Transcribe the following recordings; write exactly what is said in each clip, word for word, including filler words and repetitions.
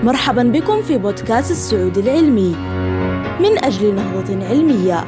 مرحبا بكم في بودكاست السعودي العلمي من أجل نهضة علمية.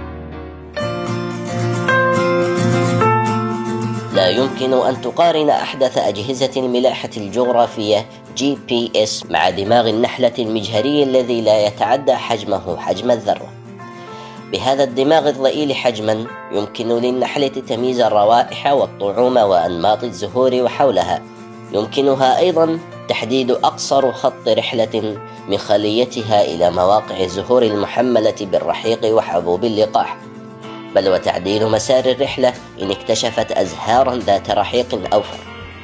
لا يمكن أن تقارن أحدث أجهزة الملاحة الجغرافية جي بي إس مع دماغ النحلة المجهري الذي لا يتعدى حجمه حجم الذرة. بهذا الدماغ الضئيل حجما يمكن للنحلة تمييز الروائح والطعوم وأنماط الزهور وحولها. يمكنها أيضا تحديد أقصر خط رحلة من خليتها إلى مواقع الزهور المحملة بالرحيق وحبوب اللقاح، بل وتعديل مسار الرحلة إن اكتشفت أزهارا ذات رحيق أوفر.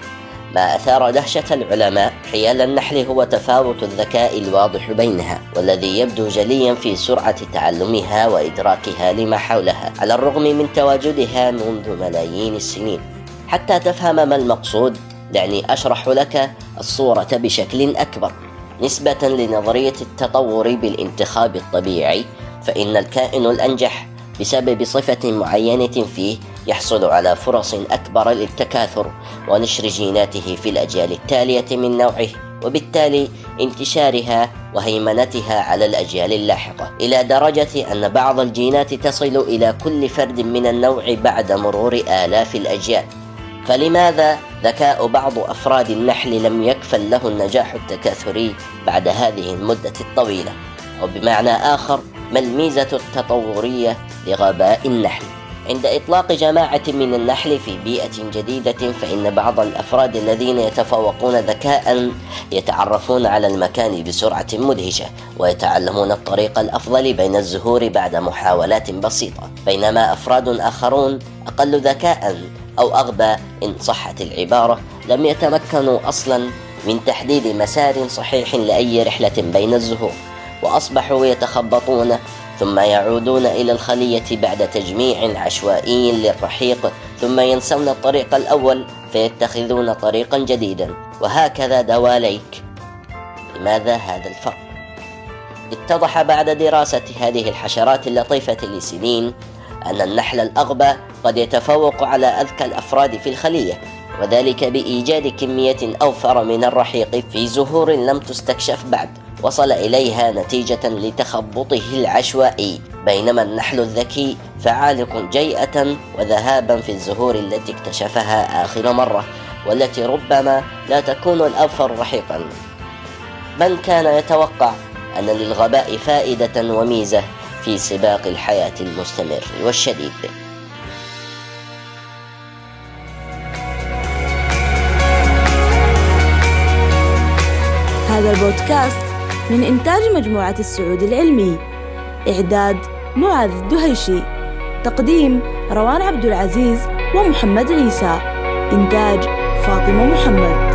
ما أثار دهشة العلماء حيال النحل هو تفاوت الذكاء الواضح بينها، والذي يبدو جليا في سرعة تعلمها وإدراكها لما حولها على الرغم من تواجدها منذ ملايين السنين. حتى تفهم ما المقصود، دعني أشرح لك الصورة بشكل أكبر. نسبة لنظرية التطور بالانتخاب الطبيعي، فإن الكائن الأنجح بسبب صفة معينة فيه يحصل على فرص أكبر للتكاثر ونشر جيناته في الأجيال التالية من نوعه، وبالتالي انتشارها وهيمنتها على الأجيال اللاحقة، إلى درجة أن بعض الجينات تصل إلى كل فرد من النوع بعد مرور آلاف الأجيال. فلماذا ذكاء بعض أفراد النحل لم يكفل له النجاح التكاثري بعد هذه المدة الطويلة؟ أو بمعنى آخر، ما الميزة التطورية لغباء النحل؟ عند إطلاق جماعة من النحل في بيئة جديدة، فإن بعض الأفراد الذين يتفوقون ذكاء يتعرفون على المكان بسرعة مدهشة ويتعلمون الطريق الأفضل بين الزهور بعد محاولات بسيطة، بينما أفراد آخرون أقل ذكاء أو أغبى إن صحت العبارة لم يتمكنوا أصلا من تحديد مسار صحيح لأي رحلة بين الزهور، وأصبحوا يتخبطون ثم يعودون إلى الخلية بعد تجميع عشوائي للرحيق، ثم ينسون الطريق الأول فيتخذون طريقا جديدا، وهكذا دواليك. لماذا هذا الفرق؟ اتضح بعد دراسة هذه الحشرات اللطيفة لسنين أن النحل الأغبى قد يتفوق على أذكى الأفراد في الخلية، وذلك بإيجاد كمية أوفر من الرحيق في زهور لم تستكشف بعد وصل إليها نتيجة لتخبطه العشوائي، بينما النحل الذكي فعالق جيئة وذهابا في الزهور التي اكتشفها آخر مرة، والتي ربما لا تكون الأوفر رحيقا. من كان يتوقع أن للغباء فائدة وميزة في سباق الحياة المستمر والشديد؟ هذا البودكاست من إنتاج مجموعة السعودي العلمي. إعداد معاذ الدهيشي، تقديم روان عبد العزيز ومحمد عيسى، إنتاج فاطمة محمد.